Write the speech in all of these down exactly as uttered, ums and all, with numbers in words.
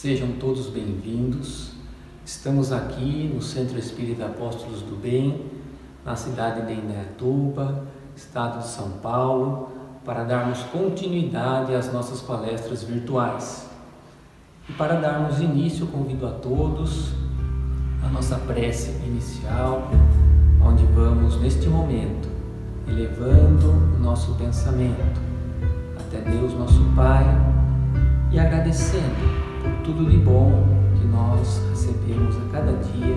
Sejam todos bem-vindos. Estamos aqui no Centro Espírita Apóstolos do Bem, na cidade de Indaiatuba, estado de São Paulo, para darmos continuidade às nossas palestras virtuais. E para darmos início, convido a todos a nossa prece inicial, onde vamos, neste momento, elevando o nosso pensamento até Deus, nosso Pai, e agradecendo por tudo de bom que nós recebemos a cada dia,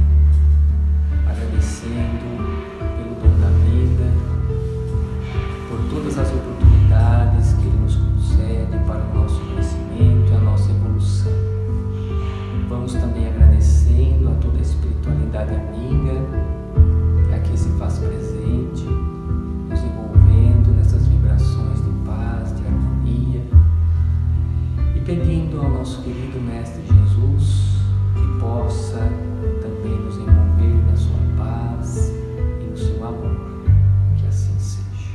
agradecendo pelo dom da vida, por todas as oportunidades que Ele nos concede para o nosso crescimento e a nossa evolução. Vamos também agradecendo a toda a espiritualidade amiga que aqui se faz presente, nos envolvendo nessas vibrações de paz, de harmonia, e pedindo ao nosso querido Mestre Jesus que possa também nos envolver na sua paz e no seu amor. Que assim seja.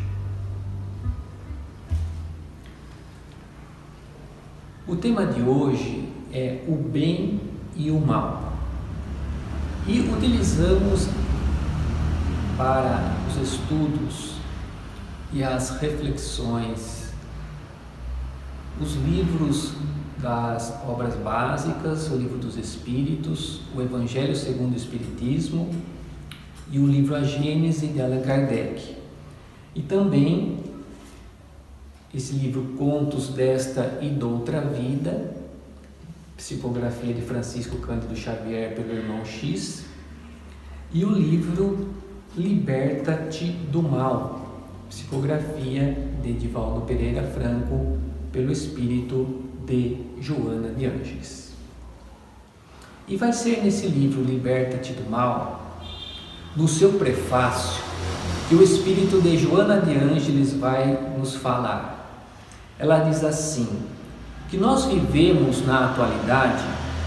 O tema de hoje é o bem e o mal. E utilizamos para os estudos e as reflexões os livros das obras básicas, o Livro dos Espíritos, o Evangelho segundo o Espiritismo e o livro A Gênese de Allan Kardec. E também esse livro Contos desta e Doutra Vida, psicografia de Francisco Cândido Xavier pelo irmão X, e o livro Liberta-te do Mal, psicografia de Divaldo Pereira Franco pelo espírito de Joana de Ângeles. E vai ser nesse livro Liberta-te do Mal, no seu prefácio, que o espírito de Joana de Ângeles vai nos falar. Ela diz assim, que nós vivemos na atualidade,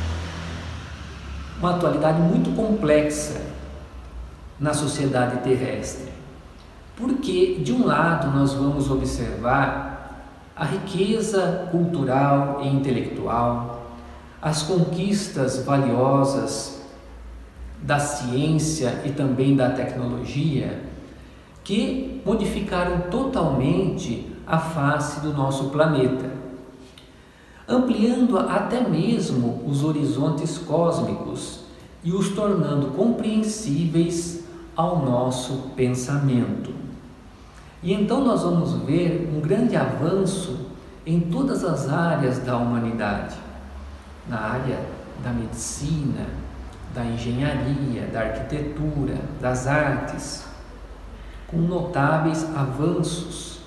uma atualidade muito complexa na sociedade terrestre, porque de um lado nós vamos observar a riqueza cultural e intelectual, as conquistas valiosas da ciência e também da tecnologia, que modificaram totalmente a face do nosso planeta, ampliando até mesmo os horizontes cósmicos e os tornando compreensíveis ao nosso pensamento. E então nós vamos ver um grande avanço em todas as áreas da humanidade, na área da medicina, da engenharia, da arquitetura, das artes, com notáveis avanços.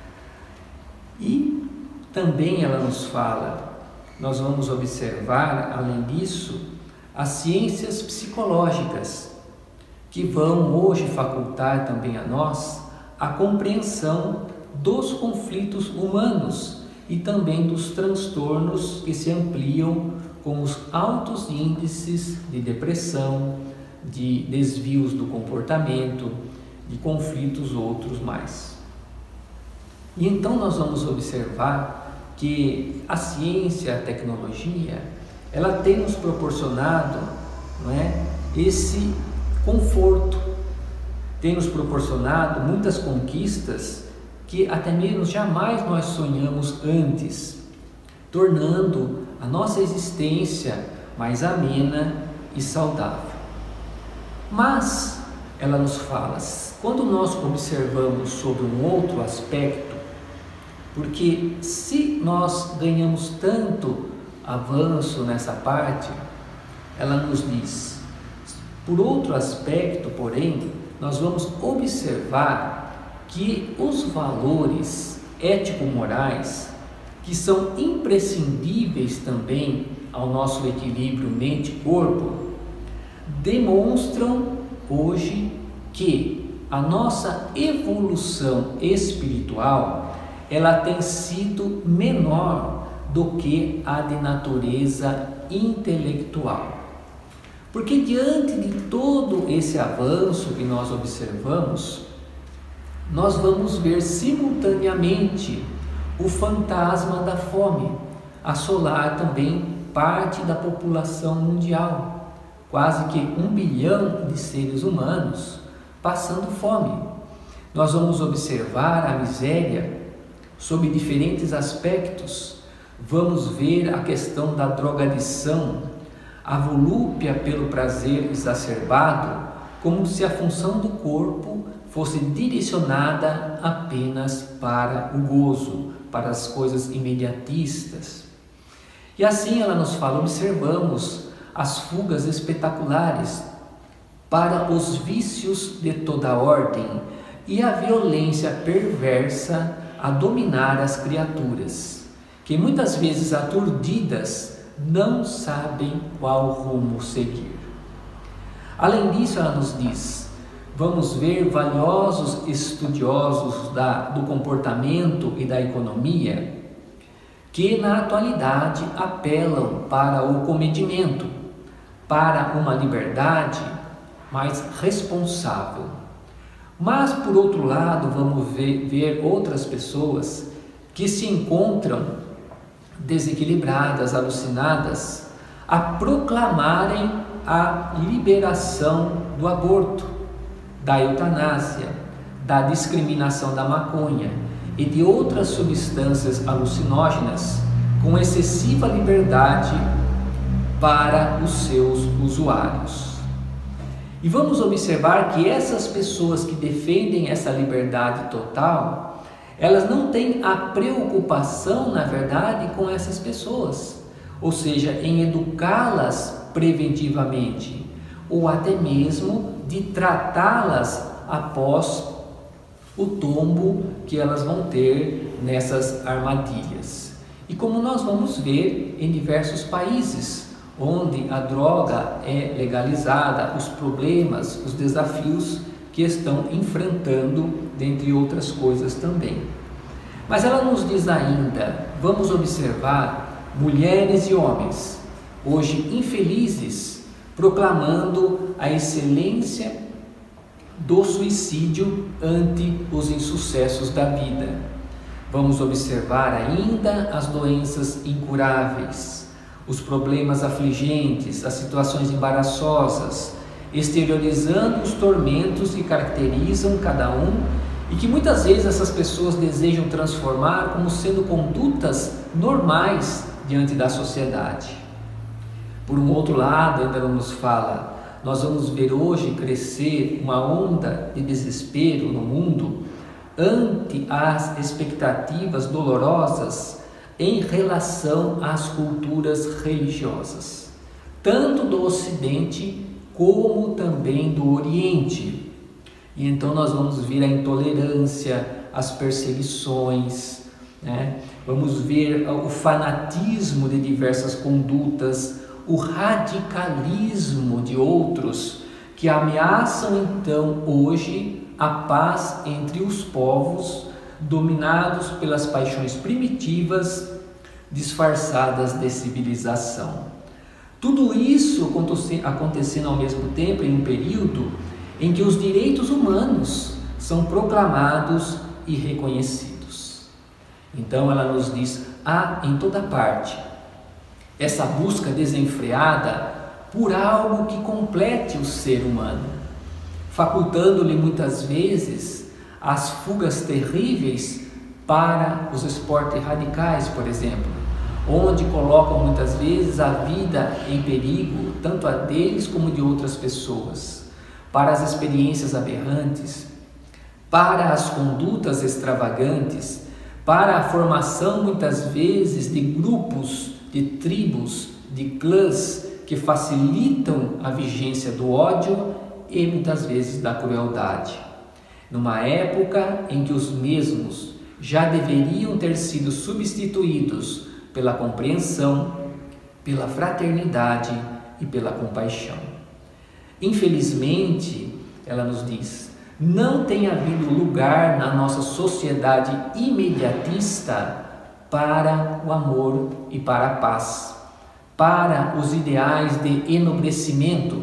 E também ela nos fala, nós vamos observar, além disso, as ciências psicológicas, que vão hoje facultar também a nós a compreensão dos conflitos humanos e também dos transtornos que se ampliam com os altos índices de depressão, de desvios do comportamento, de conflitos outros mais. E então nós vamos observar que a ciência, a tecnologia, ela tem nos proporcionado, não é, esse conforto, tem nos proporcionado muitas conquistas que até mesmo jamais nós sonhamos antes, tornando a nossa existência mais amena e saudável. Mas ela nos fala, quando nós observamos sobre um outro aspecto, porque se nós ganhamos tanto avanço nessa parte, ela nos diz, por outro aspecto, porém, nós vamos observar que os valores ético-morais, que são imprescindíveis também ao nosso equilíbrio mente-corpo, demonstram hoje que a nossa evolução espiritual, ela tem sido menor do que a de natureza intelectual. Porque diante de todo esse avanço que nós observamos, nós vamos ver simultaneamente o fantasma da fome, assolar também parte da população mundial, quase que um bilhão de seres humanos passando fome. Nós vamos observar a miséria sob diferentes aspectos. Vamos ver a questão da drogadição, a volúpia pelo prazer exacerbado, como se a função do corpo fosse direcionada apenas para o gozo, para as coisas imediatistas. E assim ela nos fala, observamos as fugas espetaculares para os vícios de toda ordem e a violência perversa a dominar as criaturas, que muitas vezes aturdidas não sabem qual rumo seguir. Além disso, ela nos diz, vamos ver valiosos estudiosos da, do comportamento e da economia que na atualidade apelam para o comedimento, para uma liberdade mais responsável. Mas, por outro lado, vamos ver, ver outras pessoas que se encontram desequilibradas, alucinadas, a proclamarem a liberação do aborto, da eutanásia, da discriminação da maconha e de outras substâncias alucinógenas com excessiva liberdade para os seus usuários. E vamos observar que essas pessoas que defendem essa liberdade total, elas não têm a preocupação, na verdade, com essas pessoas, ou seja, em educá-las preventivamente, ou até mesmo de tratá-las após o tombo que elas vão ter nessas armadilhas. E como nós vamos ver em diversos países, onde a droga é legalizada, os problemas, os desafios que estão enfrentando, dentre outras coisas também. Mas ela nos diz ainda, vamos observar mulheres e homens, hoje infelizes, proclamando a excelência do suicídio ante os insucessos da vida. Vamos observar ainda as doenças incuráveis, os problemas afligentes, as situações embaraçosas, exteriorizando os tormentos que caracterizam cada um e que muitas vezes essas pessoas desejam transformar como sendo condutas normais diante da sociedade. Por um outro lado, ainda nos fala, nós vamos ver hoje crescer uma onda de desespero no mundo ante as expectativas dolorosas em relação às culturas religiosas, tanto do Ocidente como também do Oriente. E então nós vamos ver a intolerância, as perseguições, né? Vamos ver o fanatismo de diversas condutas, o radicalismo de outros que ameaçam então hoje a paz entre os povos dominados pelas paixões primitivas disfarçadas de civilização. Tudo isso acontecendo ao mesmo tempo em um período em que os direitos humanos são proclamados e reconhecidos. Então ela nos diz, há em toda parte essa busca desenfreada por algo que complete o ser humano, facultando-lhe muitas vezes as fugas terríveis para os esportes radicais, por exemplo, onde colocam muitas vezes a vida em perigo, tanto a deles como de outras pessoas, para as experiências aberrantes, para as condutas extravagantes, para a formação muitas vezes de grupos, de tribos, de clãs que facilitam a vigência do ódio e muitas vezes da crueldade. Numa época em que os mesmos já deveriam ter sido substituídos pela compreensão, pela fraternidade e pela compaixão. Infelizmente, ela nos diz, não tem havido lugar na nossa sociedade imediatista para o amor e para a paz, para os ideais de enobrecimento,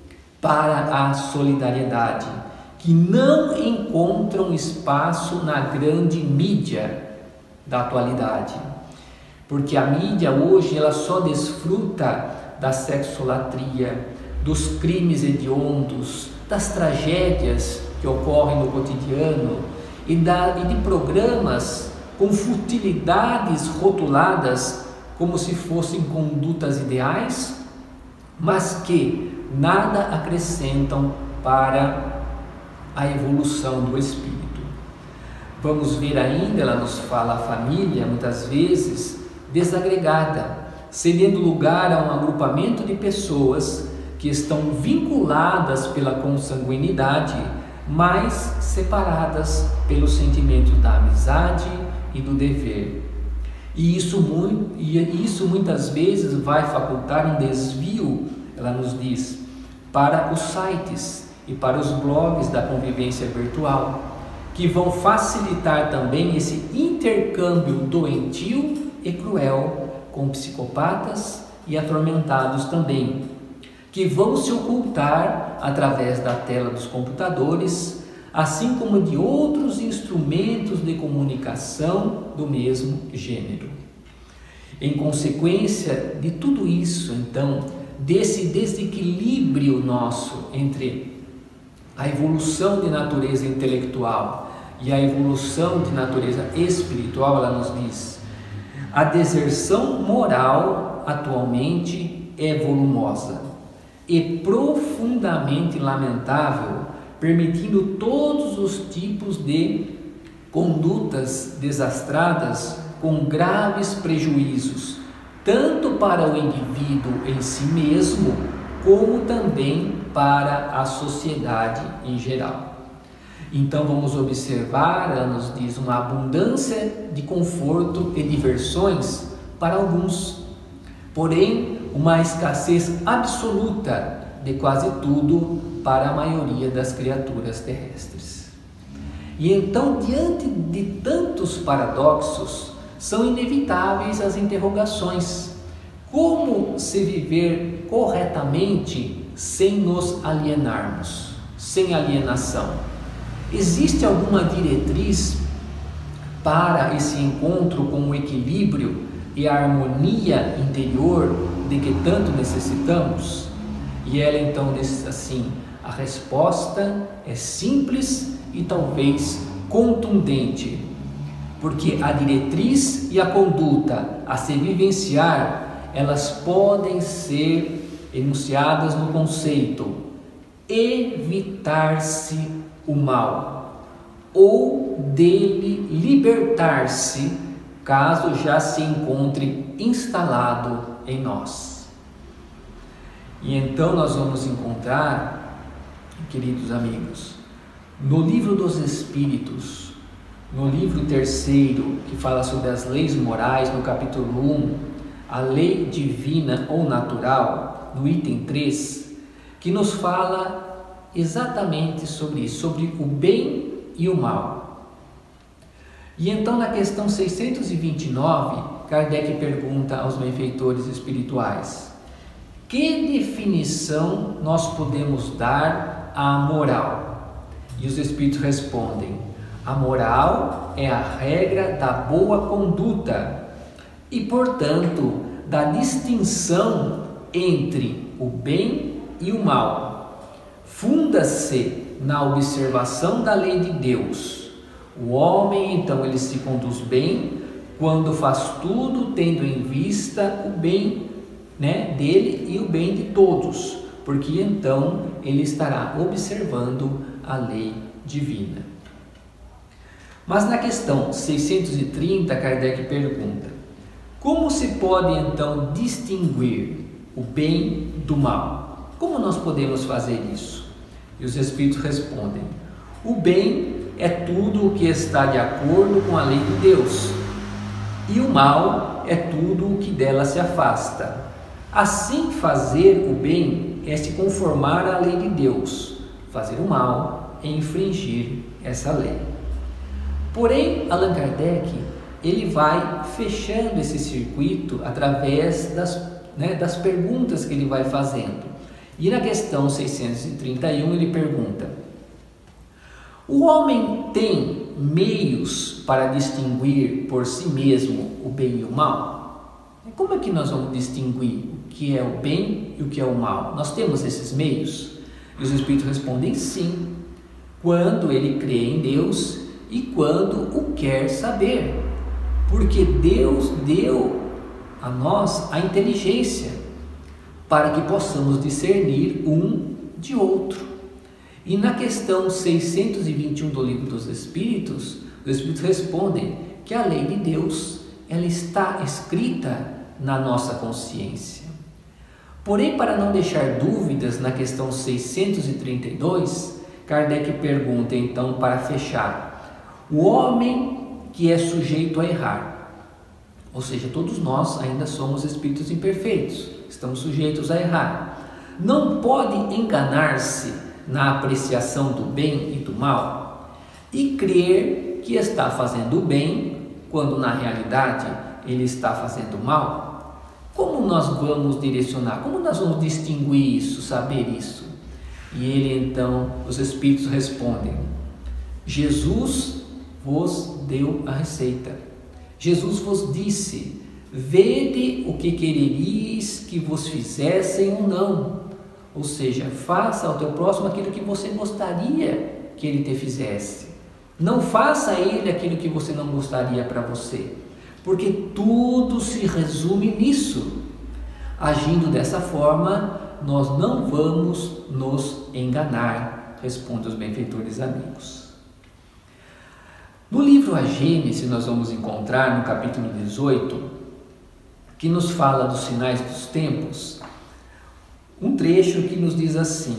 para a solidariedade, que não encontram espaço na grande mídia da atualidade. porque a mídia hoje ela só desfruta da sexolatria, dos crimes hediondos, das tragédias que ocorrem no cotidiano e, da, e de programas com futilidades rotuladas como se fossem condutas ideais, mas que nada acrescentam para a evolução do espírito. Vamos ver ainda, ela nos fala a família, muitas vezes desagregada, cedendo lugar a um agrupamento de pessoas que estão vinculadas pela consanguinidade, mas separadas pelo sentimento da amizade e do dever. E isso, muito, e isso muitas vezes vai facultar um desvio, ela nos diz, para os sites e para os blogs da convivência virtual, que vão facilitar também esse intercâmbio doentio e cruel com psicopatas e atormentados também, que vão se ocultar através da tela dos computadores, assim como de outros instrumentos de comunicação do mesmo gênero. Em consequência de tudo isso, então, desse desequilíbrio nosso entre a evolução de natureza intelectual e a evolução de natureza espiritual, ela nos diz: a deserção moral atualmente é volumosa e profundamente lamentável, permitindo todos os tipos de condutas desastradas com graves prejuízos, tanto para o indivíduo em si mesmo, como também para a sociedade em geral. Então vamos observar, ela nos diz, uma abundância de conforto e diversões para alguns, porém uma escassez absoluta de quase tudo para a maioria das criaturas terrestres. E então, diante de tantos paradoxos, são inevitáveis as interrogações: como se viver corretamente sem nos alienarmos, sem alienação? Existe alguma diretriz para esse encontro com o equilíbrio e a harmonia interior de que tanto necessitamos? E ela então diz assim: a resposta é simples e talvez contundente, porque a diretriz e a conduta a se vivenciar, elas podem ser enunciadas no conceito evitar-se o mal, ou dele libertar-se, caso já se encontre instalado em nós. E então nós vamos encontrar, queridos amigos, no livro dos Espíritos, no livro terceiro, que fala sobre as leis morais, no capítulo um, a lei divina ou natural, no item três, que nos fala exatamente sobre isso, sobre o bem e o mal. E então na questão seiscentos e vinte e nove, Kardec pergunta aos benfeitores espirituais: que definição nós podemos dar à moral? E os espíritos respondem: a moral é a regra da boa conduta e, portanto, da distinção entre o bem e o mal. Funda-se na observação da lei de Deus. O homem, então, ele se conduz bem quando faz tudo tendo em vista o bem, né, dele e o bem de todos, porque então ele estará observando a lei divina. Mas na questão seiscentos e trinta, Kardec pergunta: como se pode então distinguir o bem do mal? Como nós podemos fazer isso? E os Espíritos respondem: o bem é tudo o que está de acordo com a lei de Deus, e o mal é tudo o que dela se afasta. Assim, fazer o bem é se conformar à lei de Deus, fazer o mal é infringir essa lei. Porém, Allan Kardec, ele vai fechando esse circuito através das, né, das perguntas que ele vai fazendo. E na questão seiscentos e trinta e um ele pergunta: o homem tem meios para distinguir por si mesmo o bem e o mal? Como é que nós vamos distinguir o que é o bem e o que é o mal? Nós temos esses meios? E os Espíritos respondem sim, quando ele crê em Deus e quando o quer saber, porque Deus deu a nós a inteligência para que possamos discernir um de outro. E na questão seiscentos e vinte e um do Livro dos Espíritos, os Espíritos respondem que a lei de Deus, ela está escrita na nossa consciência. Porém, para não deixar dúvidas, na questão seiscentos e trinta e dois, Kardec pergunta então, para fechar: o homem que é sujeito a errar, ou seja, todos nós ainda somos espíritos imperfeitos, estamos sujeitos a errar, não pode enganar-se na apreciação do bem e do mal e crer que está fazendo o bem quando na realidade ele está fazendo o mal? Como nós vamos direcionar? Como nós vamos distinguir isso, saber isso? E ele então, os Espíritos respondem: Jesus vos deu a receita. Jesus vos disse: vede o que quereríeis que vos fizessem ou não. Ou seja, faça ao teu próximo aquilo que você gostaria que ele te fizesse. Não faça a ele aquilo que você não gostaria para você. Porque tudo se resume nisso. Agindo dessa forma, nós não vamos nos enganar, respondem os benfeitores amigos. No livro A Gênese, nós vamos encontrar no capítulo dezoito, que nos fala dos sinais dos tempos, um trecho que nos diz assim,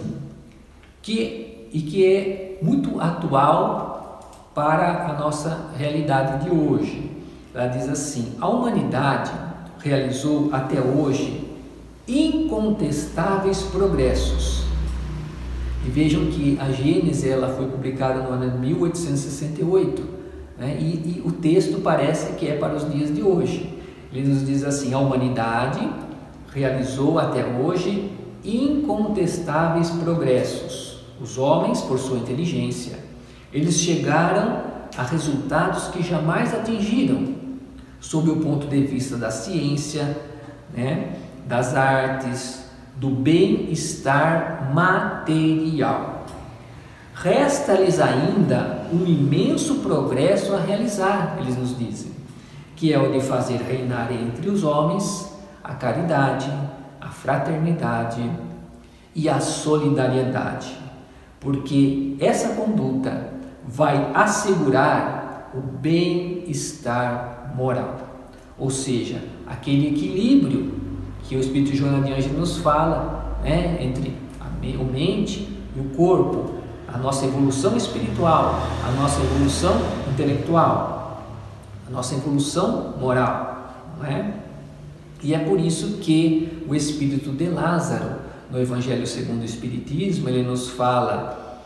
que, e que é muito atual para a nossa realidade de hoje. Ela diz assim: a humanidade realizou até hoje incontestáveis progressos. E vejam que a Gênese ela foi publicada no ano de mil oitocentos e sessenta e oito, né? e, e o texto parece que é para os dias de hoje. Ele nos diz assim: a humanidade realizou até hoje incontestáveis progressos. Os homens, por sua inteligência, eles chegaram a resultados que jamais atingiram, sob o ponto de vista da ciência, né, das artes, do bem-estar material. Resta-lhes ainda um imenso progresso a realizar, eles nos dizem, que é o de fazer reinar entre os homens a caridade, a fraternidade e a solidariedade, porque essa conduta vai assegurar o bem-estar moral, ou seja, aquele equilíbrio que o Espírito Joana de Ângeles nos fala, né, entre a mente e o corpo, a nossa evolução espiritual, a nossa evolução intelectual, a nossa evolução moral, não é? E é por isso que o Espírito de Lázaro, no Evangelho segundo o Espiritismo, ele nos fala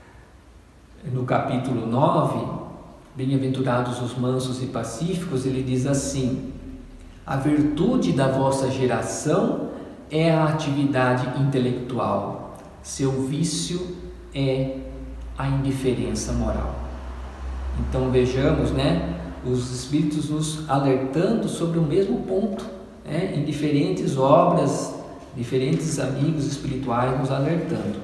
no capítulo nove, bem-aventurados os mansos e pacíficos, ele diz assim: a virtude da vossa geração é a atividade intelectual, seu vício é a indiferença moral. Então vejamos, né, os Espíritos nos alertando sobre o mesmo ponto, né, em diferentes obras, diferentes amigos espirituais nos alertando.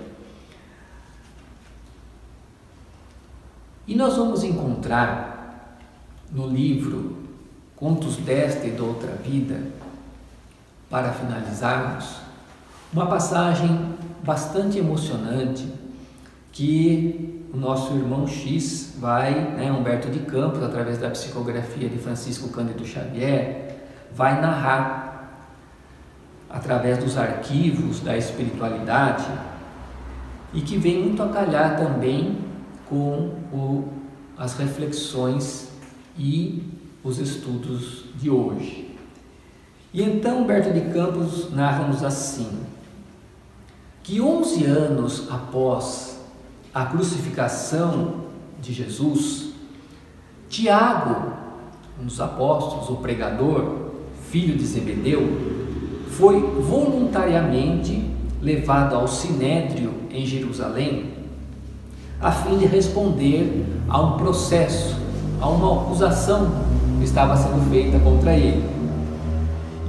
E nós vamos encontrar no livro Contos desta e de outra vida, para finalizarmos, uma passagem bastante emocionante que o nosso irmão X vai, né, Humberto de Campos, através da psicografia de Francisco Cândido Xavier, vai narrar através dos arquivos da espiritualidade e que vem muito a calhar também com o, as reflexões e os estudos de hoje. E então Humberto de Campos narra-nos assim, que onze anos após a crucificação de Jesus, Tiago, um dos apóstolos, o pregador, filho de Zebedeu, foi voluntariamente levado ao Sinédrio em Jerusalém, a fim de responder a um processo, a uma acusação que estava sendo feita contra ele.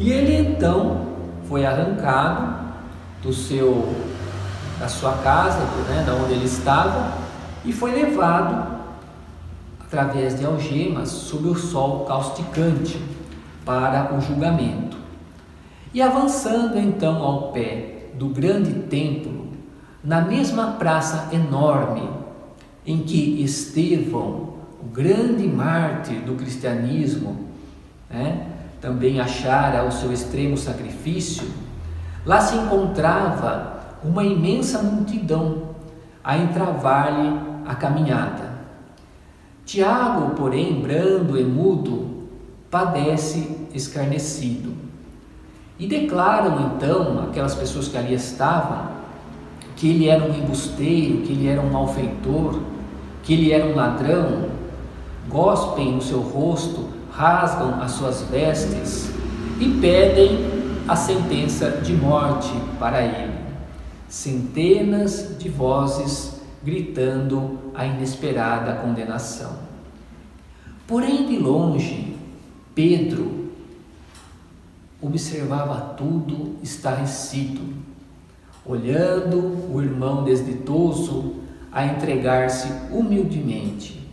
E ele então foi arrancado do seu, da sua casa, né, da onde ele estava, e foi levado através de algemas sob o sol causticante para o julgamento. E avançando então ao pé do grande templo, na mesma praça enorme em que Estevão, o grande mártir do cristianismo, né, também achara o seu extremo sacrifício, lá se encontrava uma imensa multidão a entravar-lhe a caminhada. Tiago, porém, brando e mudo, padece escarnecido. E declaram então aquelas pessoas que ali estavam que ele era um embusteiro, que ele era um malfeitor, que ele era um ladrão, gospem no seu rosto, rasgam as suas vestes e pedem a sentença de morte para ele. Centenas de vozes gritando a inesperada condenação. Porém, de longe, Pedro observava tudo estarrecido, olhando o irmão desditoso a entregar-se humildemente.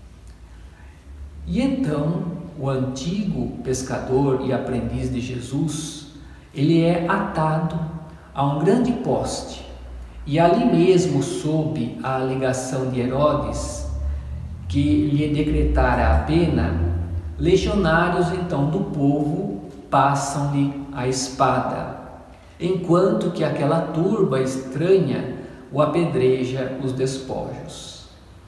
E então, o antigo pescador e aprendiz de Jesus, ele é atado a um grande poste, e ali mesmo, sob a alegação de Herodes, que lhe decretara a pena, legionários então do povo passam-lhe a espada, enquanto que aquela turba estranha o apedreja os despojos.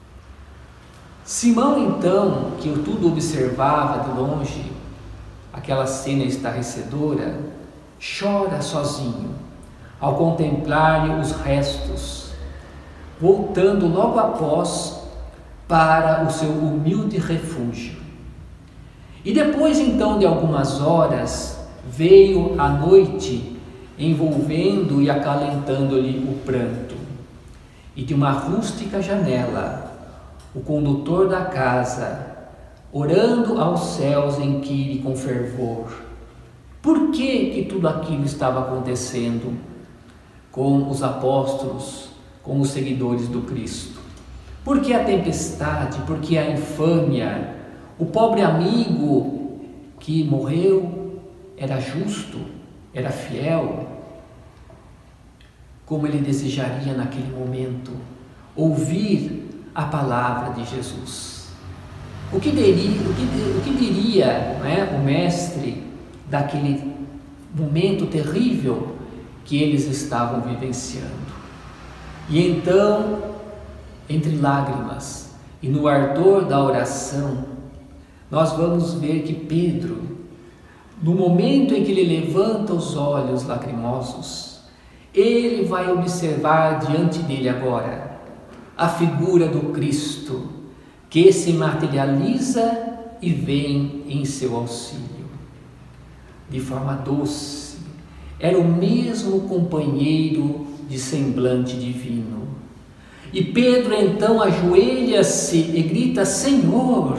Simão então, que tudo observava de longe, aquela cena estarrecedora, chora sozinho ao contemplar-lhe os restos, voltando logo após para o seu humilde refúgio. E depois então de algumas horas, veio a noite, envolvendo e acalentando-lhe o pranto. E de uma rústica janela, o condutor da casa, orando aos céus, inquire com fervor: por que que tudo aquilo estava acontecendo com os apóstolos, com os seguidores do Cristo? Por que a tempestade? Por que a infâmia? O pobre amigo que morreu era justo, era fiel. Como ele desejaria naquele momento ouvir a palavra de Jesus. O que diria, o que, o que diria, né, o mestre daquele momento terrível que eles estavam vivenciando? E então, entre lágrimas e no ardor da oração, nós vamos ver que Pedro, no momento em que ele levanta os olhos lacrimosos, ele vai observar diante dele agora a figura do Cristo, que se materializa e vem em seu auxílio. De forma doce, era o mesmo companheiro de semblante divino. E Pedro então ajoelha-se e grita: Senhor,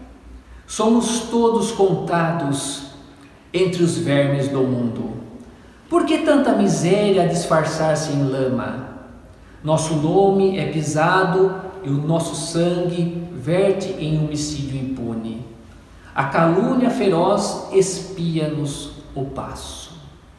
somos todos contados entre os vermes do mundo. Por que tanta miséria a disfarçar-se em lama? Nosso nome é pisado e o nosso sangue verte em homicídio impune. A calúnia feroz espia-nos o passo.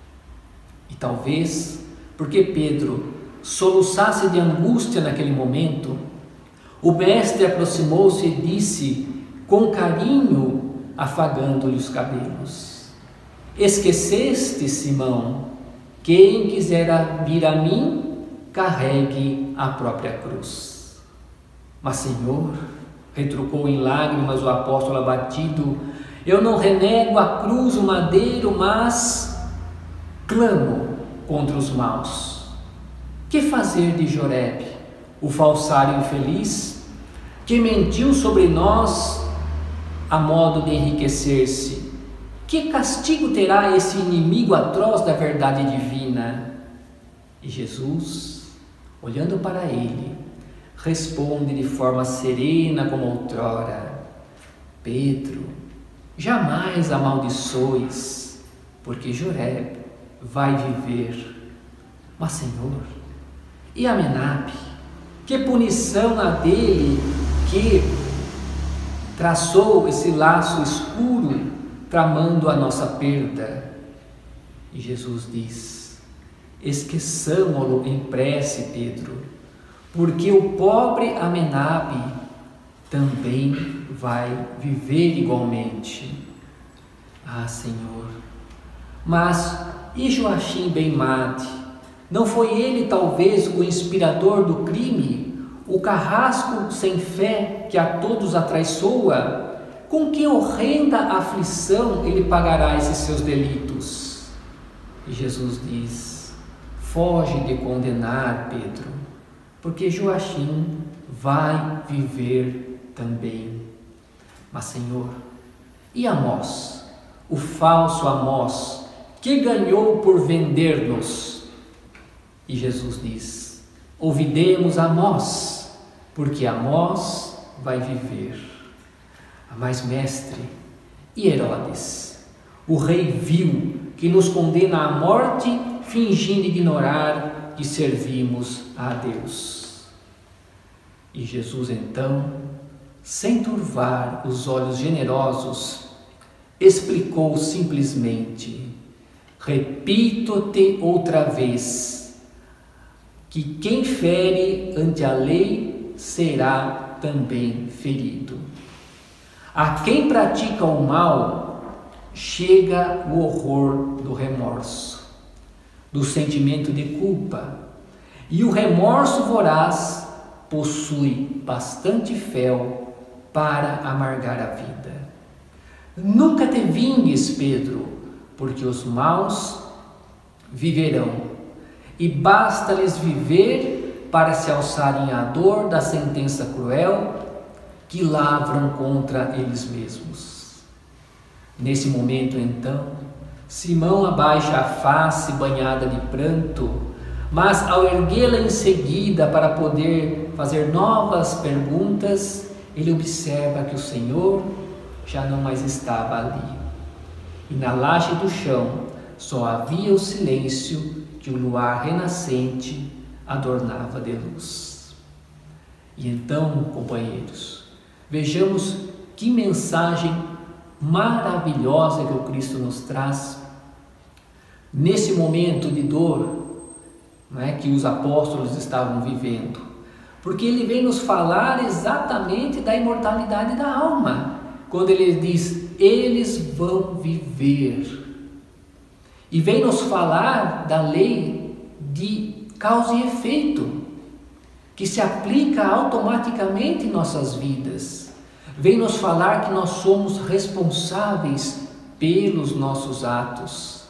E talvez, porque Pedro soluçasse de angústia naquele momento, o mestre aproximou-se e disse, com carinho, afagando-lhe os cabelos: esqueceste, Simão, quem quiser vir a mim, carregue a própria cruz. Mas, Senhor, retrucou em lágrimas o apóstolo abatido, eu não renego a cruz, o madeiro, mas clamo contra os maus. Que fazer de Jorebe, o falsário infeliz, que mentiu sobre nós a modo de enriquecer-se? Que castigo terá esse inimigo atroz da verdade divina? E Jesus, olhando para ele, responde de forma serena como outrora: Pedro, jamais amaldiçoes, porque Jorebe vai viver. Mas, Senhor, e Amenabe? Que punição a dele que traçou esse laço escuro, tramando a nossa perda? E Jesus diz: esqueçamo-lo em prece, Pedro, porque o pobre Amenabe também vai viver igualmente. Ah, Senhor, mas e Joachim ben Madi? Não foi ele talvez o inspirador do crime, o carrasco sem fé que a todos atraiçoa? Com que horrenda aflição ele pagará esses seus delitos? E Jesus diz: foge de condenar, Pedro, porque Joachim vai viver também. Mas, Senhor, e Amós, o falso Amós, que ganhou por vender-nos? E Jesus diz: ouvidemos Amós, porque Amós vai viver. Mas, mestre, e Herodes, o rei vil que nos condena à morte, fingindo ignorar que servimos a Deus? E Jesus então, sem turvar os olhos generosos, explicou simplesmente: repito-te outra vez, que quem fere ante a lei será também ferido. A quem pratica o mal chega o horror do remorso, do sentimento de culpa, e o remorso voraz possui bastante fel para amargar a vida. Nunca te vingues, Pedro, porque os maus viverão, e basta-lhes viver para se alçarem à dor da sentença cruel que lavram contra eles mesmos. Nesse momento, então, Simão abaixa a face banhada de pranto, mas ao erguê-la em seguida para poder fazer novas perguntas, ele observa que o Senhor já não mais estava ali. E na laje do chão só havia o silêncio que o luar renascente adornava de luz. E então, companheiros, vejamos que mensagem maravilhosa que o Cristo nos traz nesse momento de dor, não é, que os apóstolos estavam vivendo, porque ele vem nos falar exatamente da imortalidade da alma, quando ele diz: eles vão viver. E vem nos falar da lei de causa e efeito, que se aplica automaticamente em nossas vidas. Vem nos falar que nós somos responsáveis pelos nossos atos.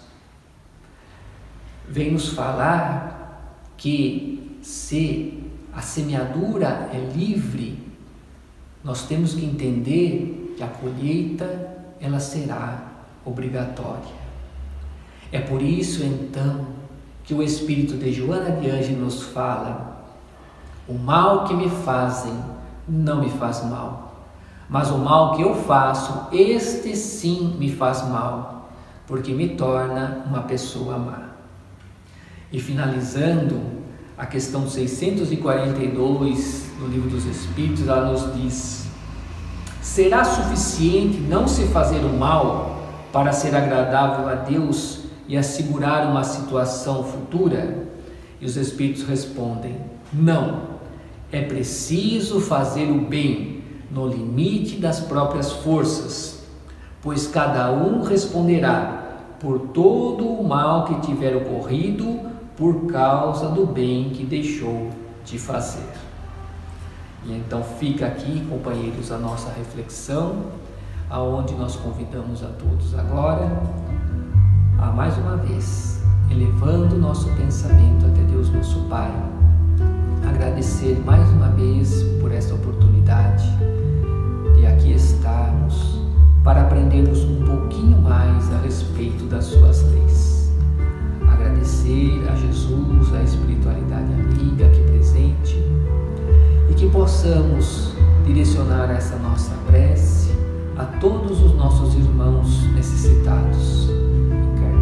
Vem nos falar que se a semeadura é livre, nós temos que entender que a colheita ela será obrigatória. É por isso, então, que o Espírito de Joana de Ângeles nos fala: o mal que me fazem não me faz mal, mas o mal que eu faço, este sim me faz mal, porque me torna uma pessoa má. E finalizando, a questão seiscentos e quarenta e dois do Livro dos Espíritos, ela nos diz: será suficiente não se fazer o mal para ser agradável a Deus e assegurar uma situação futura? E os Espíritos respondem: não, é preciso fazer o bem no limite das próprias forças, pois cada um responderá por todo o mal que tiver ocorrido por causa do bem que deixou de fazer. E então fica aqui, companheiros, a nossa reflexão, aonde nós convidamos a todos agora a mais uma vez, elevando o nosso pensamento até Deus nosso Pai, agradecer mais uma vez por esta oportunidade de aqui estarmos para aprendermos um pouquinho mais a respeito das suas leis. Agradecer a Jesus, a espiritualidade amiga aqui presente, e que possamos direcionar essa nossa prece a todos os nossos irmãos necessitados, encarnados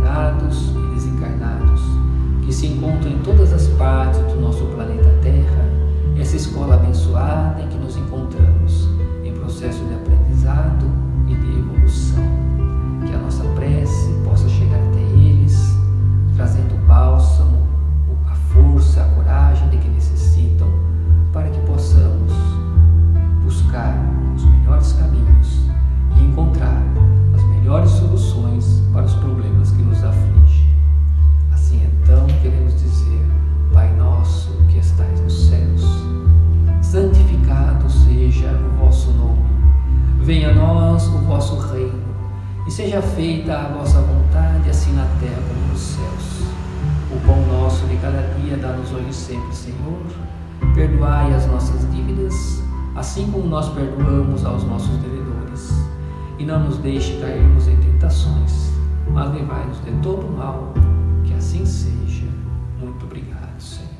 encarnados e desencarnados, que se encontram em todas as partes do nosso planeta Terra, essa escola abençoada em que nos encontramos, em processo de aprendizado e de evolução. Que a nossa prece possa chegar até eles, trazendo o bálsamo, a força, a coragem de que necessitam, para que possamos buscar os melhores caminhos e encontrar as melhores soluções para os problemas que nos afligem. Assim então, queremos dizer: Pai nosso que estais nos céus, santificado seja o vosso nome. Venha a nós o vosso reino, e seja feita a vossa vontade, assim na terra como nos céus. O pão nosso de cada dia dá-nos hoje sempre, Senhor. Perdoai as nossas dívidas, assim como nós perdoamos aos nossos devedores. E não nos deixe cairmos em tentações, mas livrai-nos de todo o mal. Que assim seja. Muito obrigado, Senhor.